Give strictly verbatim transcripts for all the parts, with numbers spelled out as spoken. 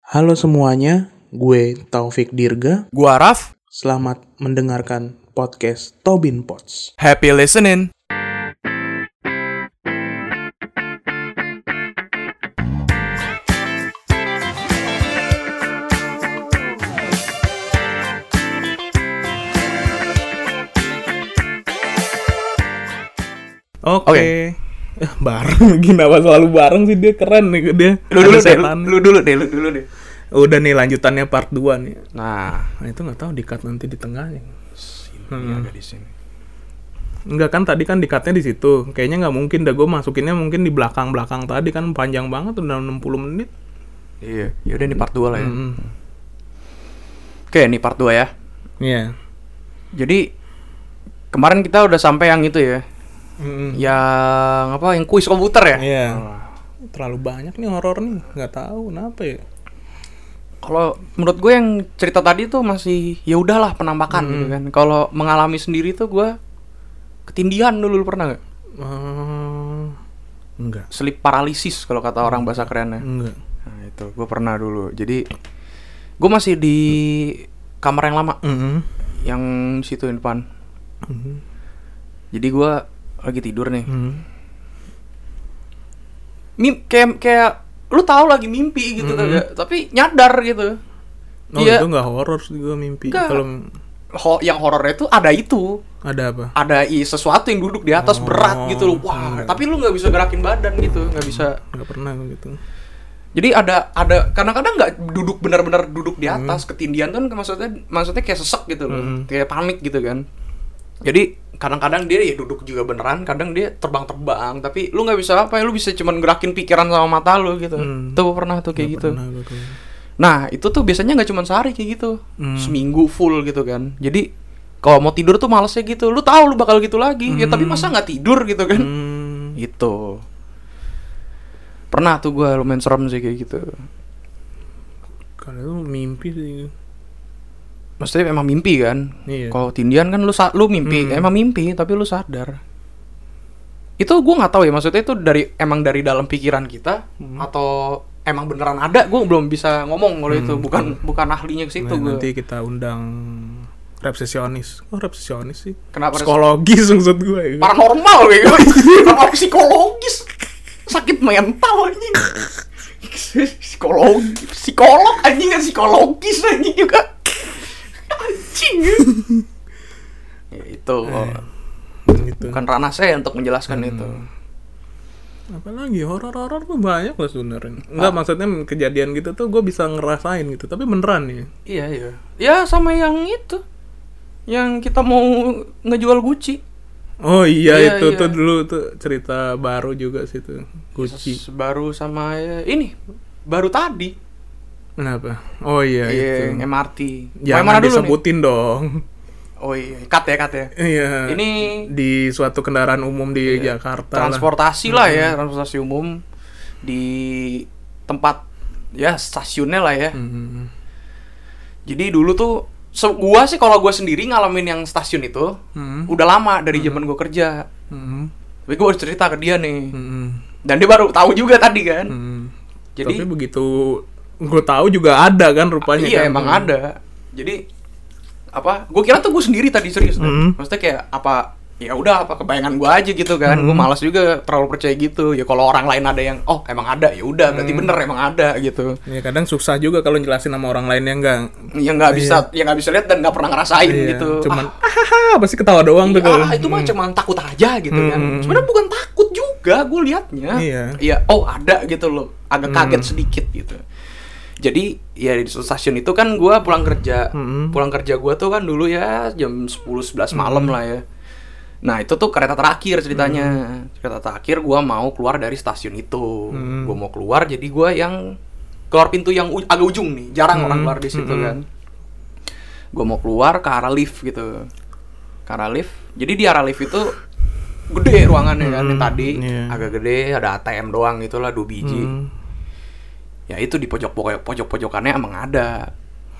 Halo semuanya, gue Taufik Dirga. Gua Raf. Selamat mendengarkan podcast Tobin Pods. Happy listening. Oke. Oke. Eh, bareng, kenapa selalu bareng sih, dia keren nih dia. Lu dulu Ada deh, setan. lu, lu dulu deh, lu dulu deh. Udah nih lanjutannya part dua nih. Nah, Nah itu nggak tahu di-cut nanti di tengahnya. ini ada di sini. Enggak kan tadi kan di-cutnya di situ. Kayaknya nggak mungkin dah, gue masukinnya mungkin di belakang-belakang tadi kan panjang banget udah enam puluh menit. Iya, ya udah ini part dua lah ya. Mm-mm. Oke, ini part dua ya. Iya. Jadi kemarin kita udah sampai yang itu ya. Mm-mm. Yang apa? Yang kuis komputer ya? Iya. Oh. Terlalu banyak nih horor nih, nggak tahu kenapa ya. Kalau menurut gue yang cerita tadi tuh masih ya udahlah penampakan Hmm. gitu kan. Kalau mengalami sendiri tuh gue ketindihan dulu, lu pernah nggak? Uh, enggak. Sleep paralysis kalau kata orang bahasa kerennya. Enggak. Nah itu gue pernah dulu. Jadi gue masih di kamar yang lama, Mm-hmm. yang situ di depan. Mm-hmm. Jadi gue lagi tidur nih. Mm-hmm. Mim kayak kayak lu tahu lagi mimpi gitu Mm-hmm. kagak? Tapi nyadar gitu. Oh Iya. itu nggak horor sih, gue mimpi. Nggak. Kalau Ho- yang horornya itu ada itu. ada apa? Ada i, sesuatu yang duduk di atas Oh, berat gitu loh. Wah, enggak. tapi lu nggak bisa gerakin badan gitu, nggak bisa. Nggak pernah gue gitu. Jadi ada ada kadang-kadang nggak duduk benar-benar duduk di Hmm. atas. Ketindihan tuh kan maksudnya maksudnya kayak sesek gitu loh, Hmm. kayak panik gitu kan. Jadi kadang-kadang dia ya duduk juga beneran, kadang dia terbang-terbang. Tapi lu nggak bisa apa ya, lu bisa cuman gerakin pikiran sama mata lu gitu. Hmm. Tuh pernah tuh kayak Nggak gitu. pernah gue tuh. Nah itu tuh biasanya nggak cuma sehari kayak gitu, Hmm. seminggu full gitu kan. Jadi kalau mau tidur tuh malesnya gitu. Lu tahu lu bakal gitu lagi, ya tapi masa nggak tidur gitu kan? Hmm. Itu pernah tuh gue lumayan serem sih kayak gitu. Kalau itu mimpi sih. Maksudnya emang mimpi kan? Iya. Kalau tindian kan lu sa- lu mimpi, Hmm. emang mimpi tapi lu sadar. Itu gue nggak tahu ya, maksudnya itu dari emang dari dalam pikiran kita Hmm. atau emang beneran ada? Gue belum bisa ngomong kalau itu, Hmm. bukan bukan ahlinya ke situ Nah, gue. nanti kita undang resepsionis. Oh resepsionis sih. Kenapa Psikologis maksud gue. Ya. paranormal gitu? Kenapa psikologis? Sakit mental anjing. Psikolog, psikolog anjing kan psikologis anjing juga. Anjing. Ya itu. Gitu. Bukan ranah saya untuk menjelaskan Hmm. itu. Apalagi horor-horor tuh banyak lah sebenarnya. Enggak, maksudnya kejadian gitu tuh gue bisa ngerasain gitu, tapi beneran ya. Iya iya. Ya sama yang itu. Yang kita mau ngejual Gucci. Oh iya, Iya, itu iya. tuh dulu tuh cerita baru juga sih tuh. Gucci. Ses- Baru sama ya, ini baru tadi. Kenapa? Oh iya, Iya, itu. M R T. Jangan Mana dulu nih? disebutin dong. Oh iya, cut ya, cut ya. Iya. Ini di suatu kendaraan umum di Iya, Jakarta lah. transportasi lah ya, transportasi umum di tempat ya stasiunnya lah ya. Hmm. Jadi dulu tuh se- gua sih kalau gua sendiri ngalamin yang stasiun itu Hmm. udah lama dari zaman gua kerja. Hmm. Tapi gua harus cerita ke dia nih. Hmm. Dan dia baru tahu juga tadi kan. Hmm. Jadi Tapi begitu gue tahu juga ada kan rupanya. iya kan. emang ada. Jadi apa? Gua kira tuh gua sendiri tadi serius. kan. Hmm. Maksudnya kayak apa? Ya udah apa kebayangan gua aja gitu kan. Hmm. Gua malas juga terlalu percaya gitu. Ya kalau orang lain ada yang oh emang ada ya udah berarti bener emang ada gitu. Ya kadang susah juga kalau jelasin sama orang lain yang enggak. Yang nggak bisa yang nggak bisa lihat dan nggak pernah ngerasain Iya, gitu. Cuman ah, hahaha pasti ketawa doang tuh. iya, kalau- ah, itu mah cuman takut aja gitu kan. Hmm. Sebenarnya bukan takut juga, gue liatnya. Iya. Iya, oh ada gitu loh. Agak kaget Hmm. sedikit gitu. Jadi ya di stasiun itu kan gue pulang kerja. Hmm. Pulang kerja gue tuh kan dulu ya jam sepuluh sebelas malam lah ya. Nah itu tuh kereta terakhir ceritanya. Kereta terakhir gue mau keluar dari stasiun itu. Hmm. Gue mau keluar jadi gue yang keluar pintu yang u- agak ujung nih. Jarang Hmm. orang keluar di situ Hmm. kan. Gue mau keluar ke arah lift gitu. Ke arah lift. Jadi di arah lift itu gede ruangannya kan. Hmm. Yang tadi Iya. agak gede, ada A T M doang gitu lah, dua biji. Hmm. Ya itu di pojok pojok pojok pojokannya emang ada.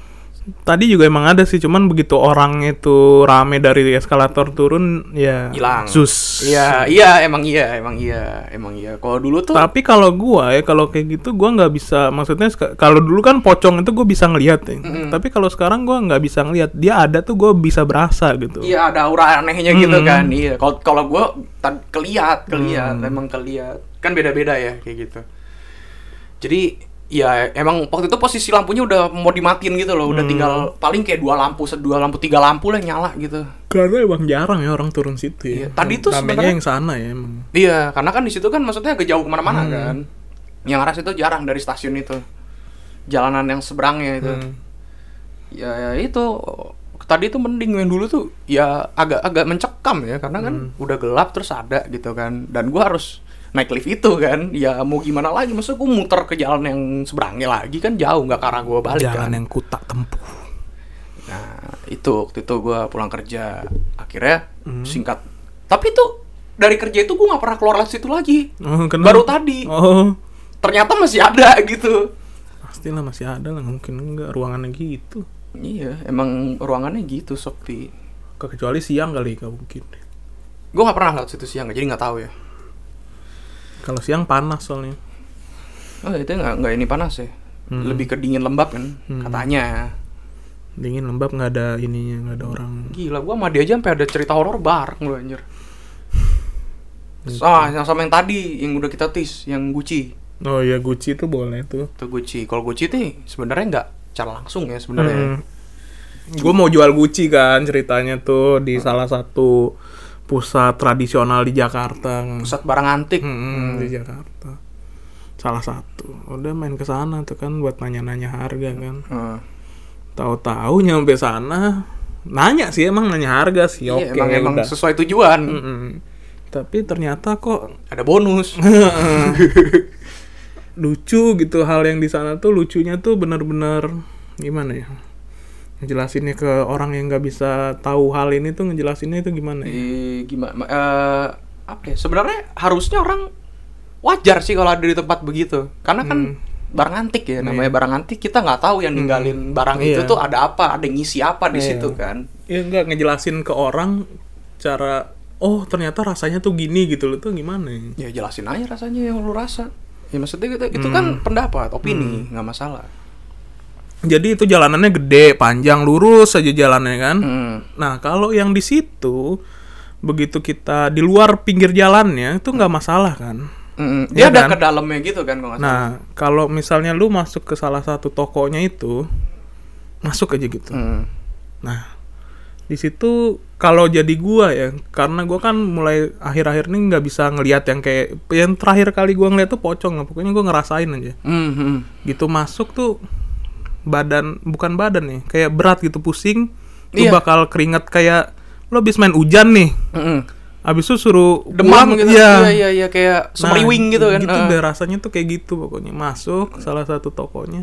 tadi juga emang ada sih, cuman begitu orang itu rame dari eskalator turun ya Hilang. sus. Iya, iya emang iya, emang iya, emang iya. Kalau dulu tuh Tapi kalau gua ya kalau kayak gitu gua nggak bisa, maksudnya seka- kalau dulu kan pocong itu gua bisa ngelihat ya. Mm-mm. Tapi kalau sekarang gua nggak bisa ngelihat. Dia ada tuh gua bisa berasa gitu. iya ada aura anehnya gitu Hmm. kan. Iya. Kalau kalau gua tad- keliat, keliat, Hmm. emang keliat. Kan beda-beda ya kayak gitu. Jadi ya emang waktu itu posisi lampunya udah mau dimatiin gitu loh, udah Hmm. tinggal paling kayak dua lampu, dua lampu, tiga lampu lah nyala gitu. Karena emang jarang ya orang turun situ ya. Iya, tadi tuh Ramenya sebenarnya- yang sana ya emang. Iya, karena kan di situ kan maksudnya agak jauh kemana-mana Hmm. kan. Yang arah situ jarang dari stasiun itu, jalanan yang seberangnya itu. Hmm. Ya, ya itu tadi tuh mending yang dulu tuh ya agak-agak mencekam ya, karena kan Hmm. udah gelap terus ada gitu kan, dan gua harus naik lift itu kan, ya mau gimana lagi, maksudnya gua muter ke jalan yang seberangnya lagi kan jauh, nggak ke arah gua balik Jalan kan. yang kutak tempuh. Nah itu waktu itu gua pulang kerja akhirnya Hmm. singkat, tapi tuh dari kerja itu gua nggak pernah keluar dari situ lagi, Oh, kenapa? baru tadi Oh, ternyata masih ada gitu. pastilah masih ada lah, mungkin enggak ruangannya gitu. Iya emang ruangannya gitu sepi. Kecuali siang kali, gak mungkin. Gua nggak pernah lewat situ siang jadi nggak tahu ya. Kalau siang panas soalnya. Oh itu nggak nggak ini panas ya, Hmm. lebih ke dingin lembab kan Hmm. katanya. Dingin lembab, nggak ada ininya, nggak ada orang. Gila, gua sama dia aja sampai ada cerita horor bareng lu anjir. Gitu. Ah, yang sama yang tadi yang udah kita tis, yang Gucci. Oh ya, Gucci itu boleh tuh. Itu Gucci. Kalau Gucci tuh sebenarnya nggak cara langsung ya sebenarnya. Gue mau jual Gucci kan ceritanya tuh di salah satu pusat tradisional di Jakarta. Pusat barang antik. Hmm, di Jakarta. Salah satu. Udah main ke sana tuh kan buat nanya-nanya harga kan. Hmm. Tahu-tahu nyampe sana nanya sih, emang nanya harga sih. Iya, Oke, emang emang udah. sesuai tujuan. Mm-mm. Tapi ternyata kok Ada bonus. lucu gitu, hal yang di sana tuh lucunya tuh benar-benar gimana ya? Ngejelasinnya ke orang yang nggak bisa tahu hal ini tuh, ngejelasinnya itu gimana ya? Eh, gimana? Eh, apa ya? Sebenarnya harusnya orang wajar sih kalau ada di tempat begitu, karena kan Hmm. barang antik ya, namanya Iya. barang antik, kita nggak tahu yang ninggalin barang itu Iya. tuh ada apa, ada yang ngisi apa di Iya. situ kan. Ya nggak ngejelasin ke orang cara, oh ternyata rasanya tuh gini gitu loh, tuh gimana ya? Ya jelasin aja rasanya yang lu rasa. Ya maksudnya gitu, itu kan pendapat, opini, nggak masalah. Jadi itu jalanannya gede, panjang, lurus aja jalannya kan. Hmm. Nah kalau yang di situ, begitu kita di luar pinggir jalannya itu nggak masalah kan. Mm-mm. Iya Dia ada kan? ke dalamnya gitu kan kalau nggak salah. Nah kalau misalnya lu masuk ke salah satu tokonya itu, masuk aja gitu. Hmm. Nah di situ kalau jadi gua ya, karena gua kan mulai akhir-akhir ini nggak bisa ngelihat yang kayak yang terakhir kali gua ngeliat tuh pocong, pokoknya gua ngerasain aja. Hmm, hmm. Gitu masuk tuh badan, bukan badan nih, kayak berat gitu, pusing. Lu Iya. bakal keringet kayak lo abis main hujan nih, Mm-mm. abis itu suruh Demam pulang, gitu. iya. Iya iya iya kayak semeriwing Nah, gitu kan. Gitu Ah. deh rasanya tuh kayak gitu pokoknya. Masuk salah satu tokonya,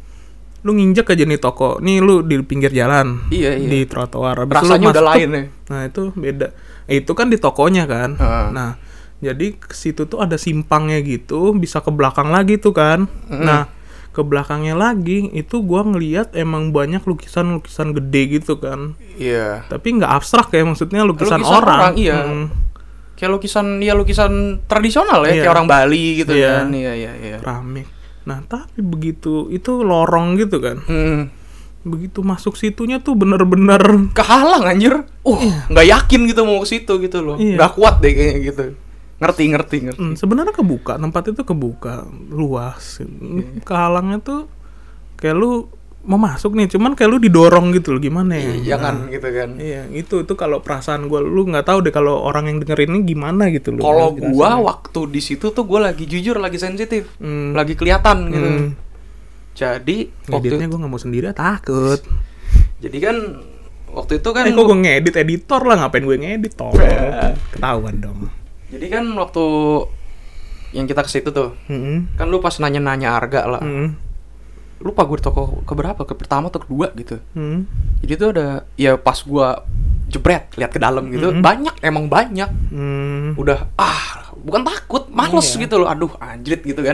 lu nginjek aja nih toko, nih lu di pinggir jalan, Iya, iya. di trotoar. Abis itu lu Rasanya udah masuk, lain ya. nah itu beda. Eh, itu kan di tokonya kan. Ah. Nah jadi ke situ tuh ada simpangnya gitu, bisa ke belakang lagi tuh kan. Mm-mm. Nah ke belakangnya lagi itu gua ngeliat emang banyak lukisan-lukisan gede gitu kan. Iya. Tapi nggak abstrak ya, maksudnya lukisan, Lukisan orang. orang, iya. Mm. Kayak lukisan, ya lukisan tradisional ya, Iya. kayak orang Bali gitu Iya. kan. Iya iya iya. Keramik. Nah tapi begitu itu lorong gitu kan, Hmm. begitu masuk situnya tuh bener-bener Kehalang anjir. Uh, nggak yakin gitu mau ke situ gitu loh. Iya. Nggak kuat deh kayaknya gitu. Ngerti ngerti ngerti. hmm, sebenarnya kebuka, tempat itu kebuka luas. Iya. Kehalangnya tuh kayak lu mau masuk nih, cuman kayak lu didorong gitu loh, gimana ya? Iya, jangan gitu kan. Iya itu itu kalau perasaan gue, lu nggak tahu deh kalau orang yang dengerin ini gimana gitu loh. Kalau jelasinnya. gua waktu di situ tuh gua lagi jujur lagi sensitif. Hmm. Lagi kelihatan gitu. Hmm. Jadi waktu Ngeditnya gue nggak mau sendiri, takut. jadi kan waktu itu kan Eh kok gue ngedit, editor lah, ngapain gue ngedit tolong. Ketahuan dong. jadi kan waktu yang kita ke situ tuh, Mm-mm. kan lu pas nanya-nanya harga lah. Mm-mm. Lupa gue di toko keberapa, ke pertama atau kedua gitu. Mm-mm. Jadi tuh ada ya pas gua jebret lihat ke dalam gitu, Mm-mm. banyak emang banyak. Mm. Udah ah, bukan takut, males Iya. gitu loh. Aduh, anjrit gitu kan.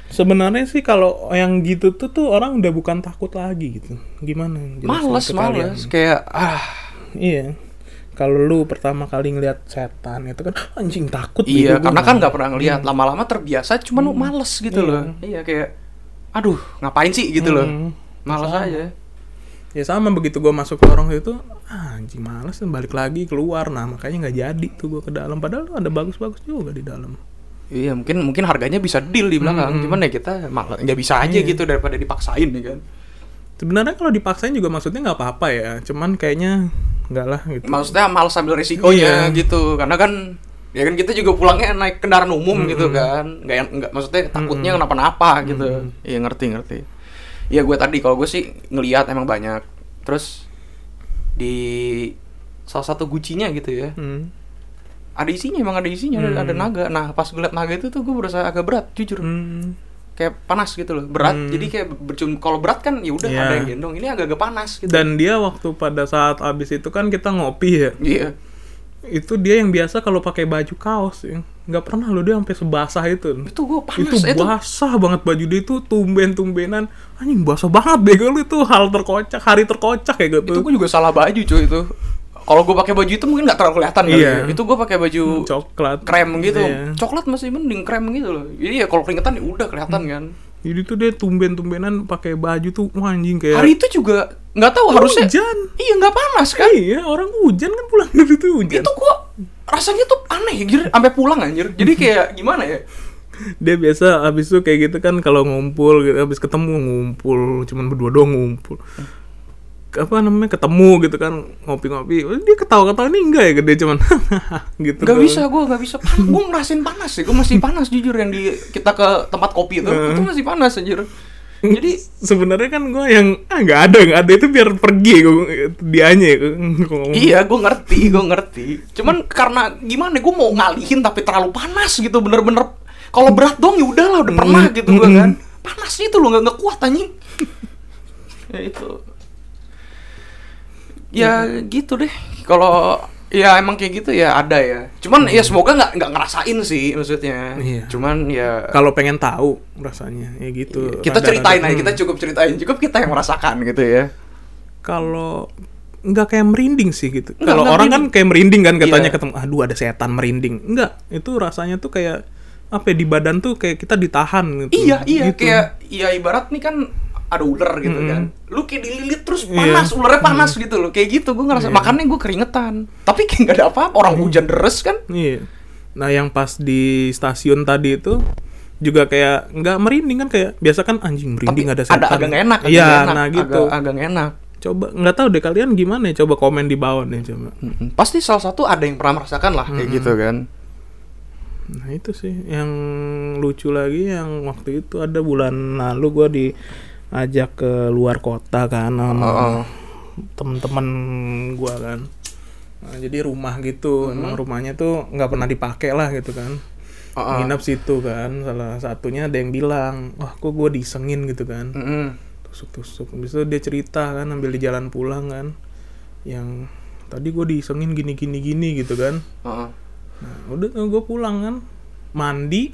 Sebenarnya sih kalau yang gitu tuh tuh orang udah bukan takut lagi gitu. Gimana? jelasin Males, ke kalian? males. Kayak ah, Iya. Kalau lu pertama kali ngeliat setan itu kan anjing takut. iya, bego, karena gua kan nggak- nggak pernah ngeliat. Lama-lama terbiasa, cuman lu males gitu Iya. loh. Iya, kayak aduh, ngapain sih gitu loh. Hmm. Males Sama. aja. Ya sama begitu gua masuk ke lorong itu, ah, anjing males balik lagi keluar. Nah makanya nggak jadi tuh gua ke dalam. Padahal ada bagus-bagus juga di dalam. Iya, mungkin mungkin harganya bisa deal di belakang. Hmm. Cuman ya kita malah nggak bisa aja Iya. gitu daripada dipaksain ya kan. Sebenarnya kalau dipaksain juga maksudnya nggak apa-apa ya. Cuman kayaknya nggak lah gitu. Maksudnya males ambil resikonya Iya. gitu. Karena kan ya kan kita juga pulangnya naik kendaraan umum Mm-mm. gitu kan. Nggak nggak maksudnya takutnya Mm-mm. kenapa-napa gitu. Mm-mm. Iya, ngerti ngerti. Iya, gue tadi kalau gue sih ngelihat emang banyak. Terus di salah satu gucinya gitu ya. Hmm. Ada isinya, emang ada isinya, ada, Hmm. ada naga. Nah, pas gue liat naga itu tuh gue berasa agak berat, jujur. Hmm. Kayak panas gitu loh, berat. Hmm. Jadi kayak bercum kalau berat kan ya udah Iya. ada yang gendong. Ini agak-agak panas gitu. Dan dia waktu pada saat abis itu kan kita ngopi ya. Iya. Itu dia yang biasa kalau pakai baju kaos ya. Nggak pernah loh dia sampai sebasah itu. Itu gue panas Itu itu. basah banget baju dia itu tumben-tumbenan. Anjing basah banget deh kalau itu hal terkocak, hari terkocak kayak gitu. Itu gue juga salah baju cuy itu. Kalau gue pakai baju itu mungkin nggak terlalu kelihatan kali Iya. ya. Itu gue pakai baju Coklat. krem gitu. Iya. Coklat masih mending krem gitu loh. Jadi ya kalau keringetan ya udah kelihatan kan. Jadi tuh dia tumben-tumbenan pakai baju tuh wah, anjing kayak Hari itu juga nggak tahu harusnya. hujan. Iya, nggak panas kan? Iya, orang hujan kan pulang dari itu hujan. Itu gue rasanya tuh aneh anjir, sampai pulang anjir. Jadi kayak gimana ya? Dia biasa abis itu kayak gitu kan kalau ngumpul gitu, abis ketemu ngumpul, cuman berdua doang ngumpul. Apa namanya ketemu gitu kan ngopi-ngopi, dia ketawa-ketawa ini enggak ya gede cuman gitu. Gak doang. bisa, gue gak bisa. Pan gue ngerasain panas sih, gue masih panas jujur yang di kita ke tempat kopi itu, itu masih panas anjir. Jadi Sebenarnya kan gue yang ah nggak ada nggak ada itu biar pergi gue dianya ya. iya, gue ngerti, gue ngerti. Cuman karena gimana, gue mau ngalihin tapi terlalu panas gitu, bener-bener. Kalau berat dong ya udahlah, udah pernah gitu gue kan. Panasnya itu loh, nggak nggak kuat anjing. Ya itu. Ya gitu deh. Kalau ya emang kayak gitu ya ada ya. Cuman ya semoga nggak nggak ngerasain sih maksudnya. Iya. Cuman ya Kalau pengen tahu rasanya ya gitu. kita Rada-rada- ceritain aja, hmm. kita cukup ceritain, cukup kita yang merasakan gitu ya. Kalau nggak kayak merinding sih gitu. Nggak, Kalau nggak orang kan merinding. kayak merinding kan katanya Iya. ketemu aduh ada setan merinding. Enggak, itu rasanya tuh kayak apa ya, di badan tuh kayak kita ditahan gitu. Iya iya Gitu. kayak ya ibarat nih kan ada ular gitu Mm-mm. kan. Lu kayak dililit terus Iya. panas, ularnya panas gitu loh. Kayak gitu gue ngerasa, Iya. makanya gue keringetan. Tapi kayak nggak ada apa-apa, orang hujan deres kan. Iya. Nah, yang pas di stasiun tadi itu juga kayak nggak merinding kan, kayak biasa kan anjing merinding ada setan. ada agak nggak enak, agak Iya, nggak enak, nah gitu. agak, agak nggak enak. Coba nggak tahu deh kalian gimana ya, coba komen di bawah nih coba. Mm-mm. Pasti salah satu ada yang pernah merasakan lah kayak gitu kan. Nah, itu sih yang lucu lagi yang waktu itu ada bulan lalu gua diajak ke luar kota kan sama Oh. temen-temen gua kan. Nah, jadi rumah gitu, emang rumahnya tuh nggak pernah dipakai lah gitu kan. Oh, oh. Nginep situ kan, salah satunya ada yang bilang, wah kok gue disengin gitu kan, Mm-mm. tusuk-tusuk. Habis itu dia cerita kan, ambil di jalan pulang kan, yang tadi gue disengin gini-gini gini gitu kan. Oh, oh. Nah, udah gue pulang kan, mandi,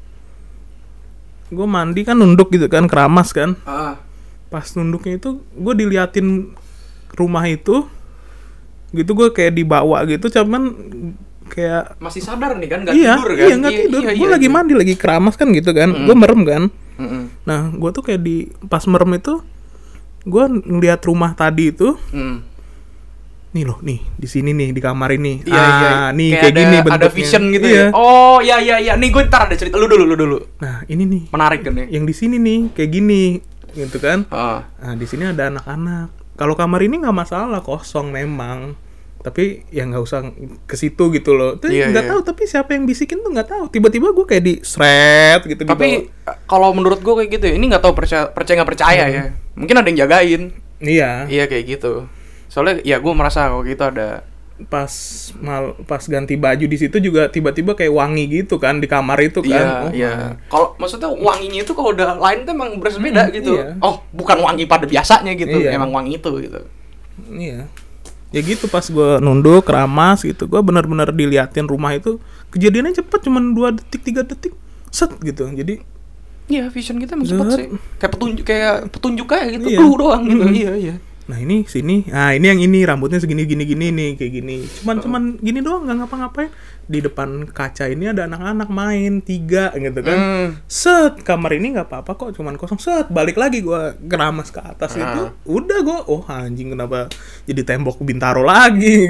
gue mandi kan nunduk gitu kan, keramas kan. Ah. Pas nunduknya itu gue diliatin rumah itu, gitu gue kayak dibawa gitu, cuman kayak Masih sadar nih kan, nggak iya, tidur kan? iya nggak tidur. iya, Gue iya, lagi iya. mandi, lagi keramas kan gitu kan. Mm-mm. Gue merem kan. Mm-mm. Nah, gue tuh kayak di pas merem itu, gue ngeliat rumah tadi itu, Mm. nih loh, nih di sini nih di kamar ini. Iya, ah, iya. nih Kayak kayak, ada, gini ada bentuknya. vision gitu Iya. ya. Oh, iya iya iya. Nih gue ntar ada cerita. Lu dulu, lu dulu. Nah, ini nih, Menarik kan nih. yang di sini nih kayak gini, gitu kan. Ah. Nah, di sini ada anak-anak. Kalau kamar ini nggak masalah, kosong memang. Tapi ya nggak usah ke situ gitu loh. Tuh Iya, nggak iya. tahu, tapi siapa yang bisikin tuh nggak tahu. Tiba-tiba gue kayak di seret gitu. di Tapi bawah. kalau menurut gue kayak gitu ya, ini nggak tahu percaya percaya nggak percaya ya. Mungkin ada yang jagain. Iya. Iya kayak gitu. Soalnya ya gue merasa kalau gitu ada. Pas mal pas ganti baju di situ juga tiba-tiba kayak wangi gitu kan di kamar itu kan. Iya Oh, iya. my. Kalau maksudnya wanginya itu kalau udah lain tuh emang berasa beda Hmm, gitu. iya. Oh bukan wangi pada biasanya gitu. Iya. Emang wangi itu gitu. Iya. Ya gitu pas gue nunduk keramas gitu, gue benar-benar diliatin rumah itu. Kejadiannya cepet, cuman dua detik tiga detik, set gitu. Jadi Iya, vision kita emang sempet Zat. sih. Kayak petunjuk kayak petunjuk kayak gitu, Iya. clue doang gitu. Mm. Iya, iya. Nah ini sini, nah ini yang ini rambutnya segini gini gini nih kayak gini. Cuman Oh. cuman gini doang nggak ngapa-ngapain. Di depan kaca ini ada anak-anak main tiga gitu kan. Hmm. Set kamar ini nggak apa-apa kok, cuman kosong. Set balik lagi gua keramas ke atas Ah. itu. Udah gua, oh anjing kenapa jadi tembok Bintaro lagi?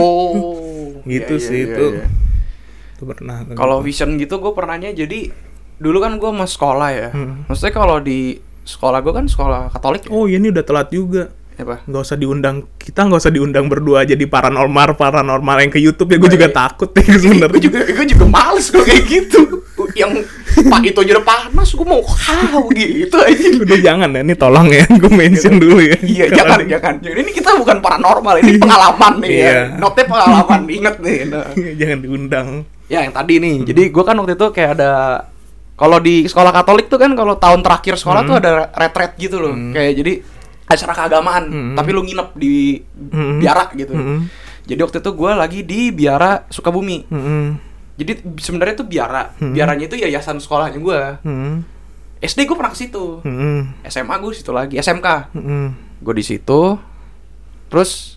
Oh. Gitu Iya, sih iya, itu. iya, iya. Itu pernah. Kalau vision gitu gue pernahnya jadi dulu kan gue mau sekolah ya. Hmm. Maksudnya kalau di sekolah gue kan sekolah Katolik ya. Oh iya ini udah telat juga. Apa? Nggak usah diundang, kita nggak usah diundang berdua jadi paranormal paranormal yang ke YouTube ya, gue Oh, juga iya. takut deh Gue sebenarnya. juga gue juga males kalau kayak gitu. Yang Pak itu aja udah panas, gue mau how gitu aja. Udah jangan ya, ini tolong ya, gue mention dulu ya. Iya, Kalau jangan, di- jangan. Jadi ini kita bukan paranormal, ini pengalaman nih ya. Iya. Note pengalaman, inget nih. Nah. Jangan diundang. Ya yang tadi nih, jadi gue kan waktu itu kayak ada, kalau di sekolah Katolik tuh kan kalau tahun terakhir sekolah Hmm. tuh ada retret gitu loh, kayak jadi acara keagamaan, Hmm. tapi lu nginep di Hmm. biara gitu. Hmm. Jadi waktu itu gue lagi di biara Sukabumi. Hmm. Jadi sebenarnya tuh biara, Hmm. biaranya itu yayasan sekolahnya gue. Hmm. S D gue pernah ke situ, Hmm. S M A gue situ lagi, S M K Hmm. gue di situ. Terus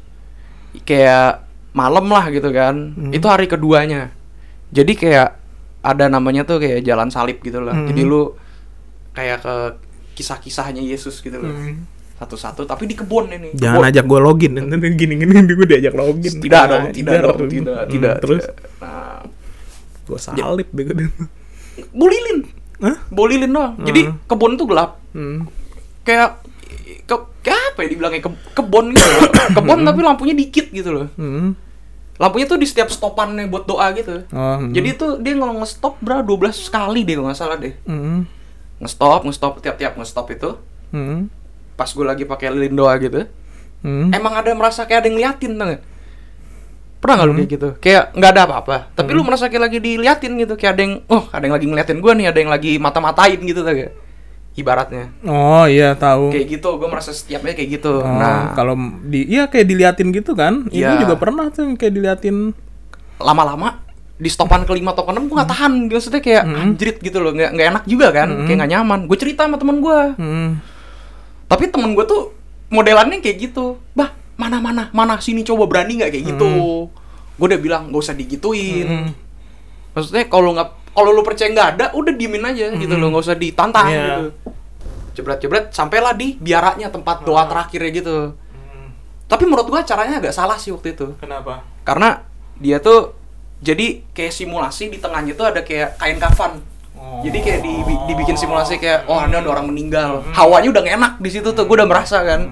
kayak malam lah gitu kan, Hmm. itu hari keduanya. Jadi kayak ada namanya tuh kayak jalan salib gitu lah. Hmm. Jadi lu kayak ke kisah-kisahnya Yesus gitu loh. Hmm. Satu-satu tapi di kebun ini. Jangan Kebun. ajak gue login, nanti gini-gini gue diajak login. Tidak dong, Nah, tidak jar. dong, tidak, Hmm, tidak. Terus tidak. Nah, gue salip deh gue. bolilin. Hah? Bolilin doang. Jadi Hmm. kebun tuh gelap. Hmm. Kayak ke, kayak apa ya dibilangnya ke, kebun gitu loh. Kebun tapi lampunya dikit gitu loh. Hmm. Lampunya tuh di setiap stopannya buat doa gitu. Oh, hmm. Jadi tuh dia kalau nge-stop berapa dua belas kali deh kalau nggak salah deh. Hmm. Nge-stop, nge-stop tiap-tiap nge-stop itu. Hmm. Pas gue lagi pakai lilin doa gitu. Hmm. Emang ada merasa kayak ada yang ngeliatin tau gak? Pernah nggak lu Hmm. kayak gitu? Kayak nggak ada apa-apa, tapi lu merasa kayak lagi diliatin gitu, kayak ada yang, oh ada yang lagi ngeliatin gue nih, ada yang lagi mata-matain gitu tau gak? Ibaratnya. Oh iya tahu. Kayak gitu, gue merasa setiapnya kayak gitu. Oh, Nah, kalau di iya kayak diliatin gitu kan? Ibu Iya. juga pernah tuh yang kayak diliatin. lama-lama di stopan kelima atau keenam gue nggak tahan, maksudnya kayak Hmm. anjrit gitu loh, nggak nggak enak juga kan, Hmm. kayak nggak nyaman. Gue cerita sama temen gue, Hmm. tapi temen gue tuh modelannya kayak gitu, bah mana mana mana sini coba berani nggak kayak gitu. Gue udah bilang nggak usah digituin. Hmm. Maksudnya kalau nggak kalau lu percaya nggak ada, udah diemin aja gitu loh, nggak usah ditantang Iya. gitu. Jebret-jebret sampailah di biaranya tempat doa terakhirnya gitu. Tapi menurut gua caranya agak salah sih waktu itu. Kenapa? Karena dia tuh jadi kayak simulasi, di tengahnya tuh ada kayak kain kafan. Oh. Jadi kayak di- dibikin simulasi kayak oh ada orang meninggal. Hawanya udah gak enak di situ tuh, gua udah merasa kan.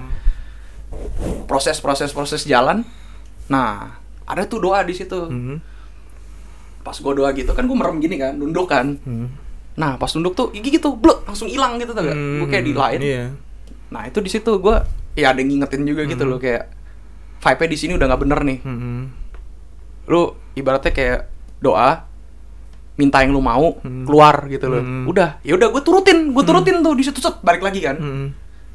Proses-proses proses jalan. Nah, ada tuh doa di situ. Hmm. Pas gua doa gitu kan gua merem gini kan, nunduk kan. Hmm. Nah, pas nunduk tuh gigi gitu, blek, langsung hilang gitu tuh gak? Hmm. Gua kayak di lain. Iya. Nah, itu di situ gua ya ada yang ngingetin juga gitu loh, kayak vibe-nya di sini udah nggak bener nih. Hmm. Lu ibaratnya kayak doa minta yang lu mau Hmm. keluar gitu loh. Hmm. Udah, ya udah gue turutin, gue turutin tuh di situ set balik lagi kan. Hmm.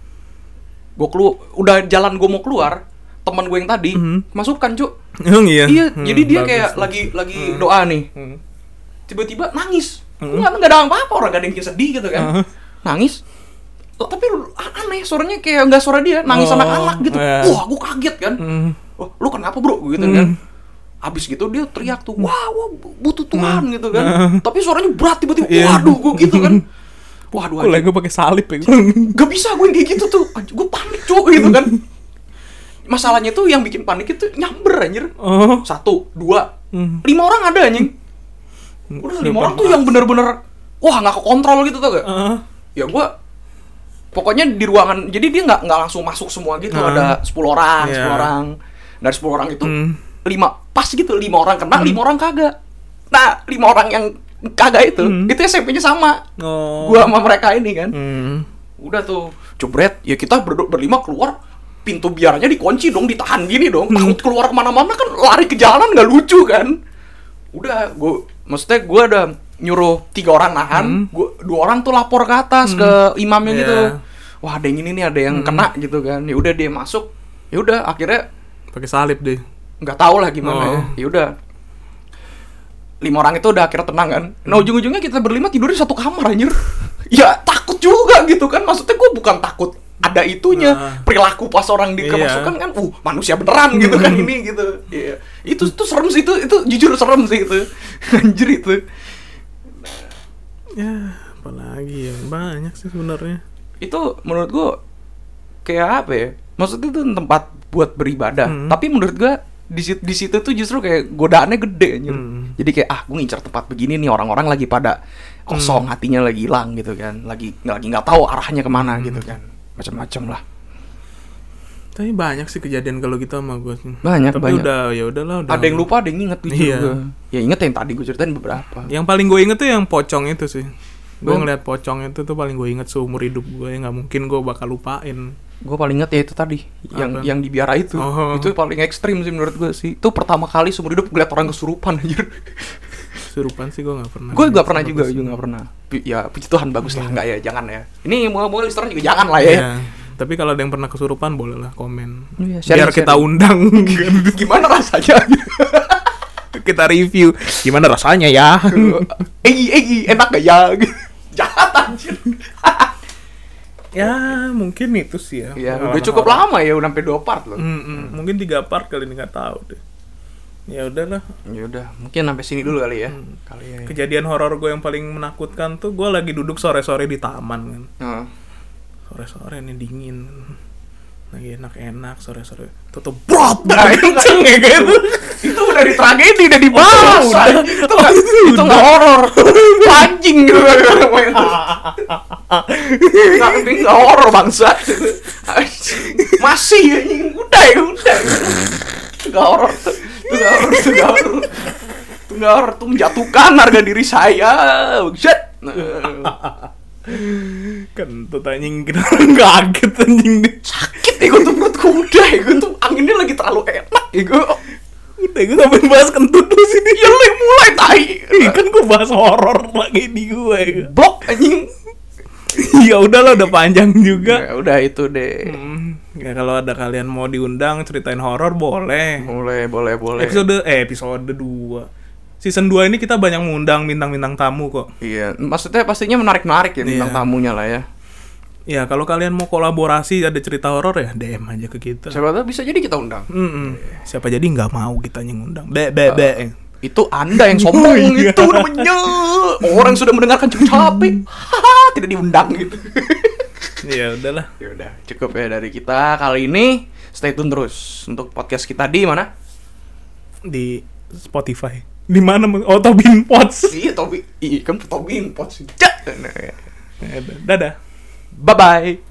Gue kelu udah jalan gue mau keluar, teman gue yang tadi Hmm. masukkan, Cuk. Emang iya. Iya, Hmm, jadi dia bagus kayak tuh. lagi lagi doa nih. Hmm. Tiba-tiba nangis. Hmm. Nggak nggak ada apa-apa, orang gak ada yang sedih gitu kan. Uh-huh. Nangis. Lah, tapi lu- aneh suaranya kayak nggak suara dia, nangis Oh, anak-anak gitu. iya. Wah, gue kaget kan. Hmm. Wah, lu kenapa bro gitu Hmm. kan. Abis gitu dia teriak tuh, wah, wah butuh Tuhan gitu kan. Hmm. Tapi suaranya berat tiba-tiba, Iya. waduh gue gitu kan. Waduh, Kok anjing. gue pakai salib ya? Gak bisa gue yang kayak gitu tuh. Gue panik cuy gitu kan. Masalahnya tuh yang bikin panik itu nyamber anjir. Oh. Satu, dua, Hmm. lima orang ada anjing. Udah lima orang tuh yang bener-bener wah nggak kekontrol gitu tuh gak? Uh. Ya gue pokoknya di ruangan, jadi dia nggak nggak langsung masuk semua gitu. Hmm. Ada sepuluh orang, Iya. sepuluh orang. Dari sepuluh orang itu Hmm. lima pas gitu, lima orang kena, lima orang kagak. Nah, lima orang yang kagak itu, Hmm. itu S M P-nya sama. Oh. Gua sama mereka ini kan. Hmm. Udah tuh, jebret, ya kita ber berlima keluar, pintu biarnya dikunci dong, ditahan gini dong, takut keluar kemana-mana kan, lari ke jalan nggak lucu kan. Udah, gua, maksudnya gua ada nyuruh tiga orang nahan, Hmm. gua dua orang tuh lapor ke atas ke imamnya Iya. gitu. Wah, ada yang ini nih, ada yang Hmm. kena gitu kan. Ya udah dia masuk, ya udah akhirnya Pakai salib deh. nggak tahu lah gimana Oh. ya. Ya udah, lima orang itu udah akhirnya tenang kan. Nah ujung-ujungnya kita berlima tidur di satu kamar anjir. ya takut juga gitu kan. Maksudnya gue bukan takut ada itunya, Nah. perilaku pas orang di Iya. kemasukan kan, uh manusia beneran gitu kan ini gitu. Iya. Itu itu serem sih, itu itu jujur serem sih itu. Anjir itu. Ya, apalagi ya banyak sih sebenarnya. Itu menurut gue kayak apa ya? Maksudnya itu tempat buat beribadah. Hmm. Tapi menurut gue di situ, di situ tuh justru kayak godaannya gede anjir. Hmm. Jadi kayak ah gue ngincar tempat begini nih, orang-orang lagi pada kosong, hatinya lagi hilang gitu kan. Lagi lagi nggak tahu arahnya kemana gitu kan. Macam-macam lah. Tapi banyak sih kejadian kalau gitu sama gue. Banyak, Tapi banyak. udah ya udahlah udah. Ada yang lupa, ada yang inget gitu. Iya. Gua. Ya inget yang tadi gue ceritain beberapa. Yang paling gue inget tuh yang pocong itu sih. Gue Gua- ngeliat pocong itu tuh paling gue inget seumur hidup gue. Nggak mungkin gue bakal lupain. Gue paling inget ya itu tadi, yang Apa? yang di biara itu. Oh. Itu paling ekstrim sih menurut gue sih. Itu pertama kali seumur hidup gue liat orang kesurupan anjir. Surupan sih gue nggak pernah. Gue gak pernah juga, juga gak pernah. Pi- Ya puji Tuhan bagus lah, enggak ya, jangan ya. Ini mau mau listener juga jangan lah ya. Iya. Tapi kalau ada yang pernah kesurupan boleh lah komen. Iya, sharing, Biar kita sharing. undang. Gimana rasanya? Kita review. Gimana rasanya ya? Egi, Egi, enak gak ya? Jahat anjir. Ya mungkin itu sih ya. Ya, Pengalaman udah cukup horor. lama ya, udah sampai dua part loh. Mm-mm. Mungkin tiga part kali ini nggak tahu deh. Ya udahlah. Ya udah, mungkin sampai sini dulu kali ya. Kali ya. Kejadian horor gue yang paling menakutkan tuh gue lagi duduk sore-sore di taman kan. Heeh. Sore-sore ini dingin. Lagi enak-enak sore-sore. Tutup brot. Nah, itu nggak- Kenceng ya gitu. Itu udah di tragedi, udah dibahas. udah. anjing. Itu nggak, itu nggak horor. Anjing gitu. Nggak, ini nggak horor bangsa. Anjing. Masih anjing. Udah ya, udah. Itu nggak horor. Itu nggak horor. Itu nggak horor. Itu nggak horor. Itu menjatuhkan harga diri saya. Buset. Kentut anjing kita kaget anjing deh. Sakit ya gue tuh perutku udah ya. Gue tuh anginnya lagi terlalu enak ya gue. Udah gue sampai bahas kentut lu sini. Ya lu yang mulai tai. Ih, kan gue bahas horor lagi di gue. Blok anjing. Ya udahlah udah panjang juga. Ya udah itu deh. Hmm, ya kalau ada kalian mau diundang ceritain horor boleh. Boleh, boleh, boleh. Episode eh episode dua. Season dua ini kita banyak mengundang bintang-bintang tamu kok. Iya, maksudnya pastinya menarik-menarik ya bintang Iya. tamunya lah ya. Ya kalau kalian mau kolaborasi ada cerita horor ya D M aja ke kita. Siapa tahu bisa jadi kita undang. Mm-mm. Siapa jadi nggak mau kita yang ngundang. Be be be. Itu Anda yang sombong Iya. itu namanya. Orang sudah mendengarkan cukup capek. Haha, tidak diundang gitu. Ya udahlah. Ya udah, cukup ya dari kita kali ini. Stay tune terus untuk podcast kita di mana? Di Spotify. Di mana? Oh, Tobin Pods. Iya, Tobi. Iya, kan Tobi Import sih. Cak. Dadah. Bye bye.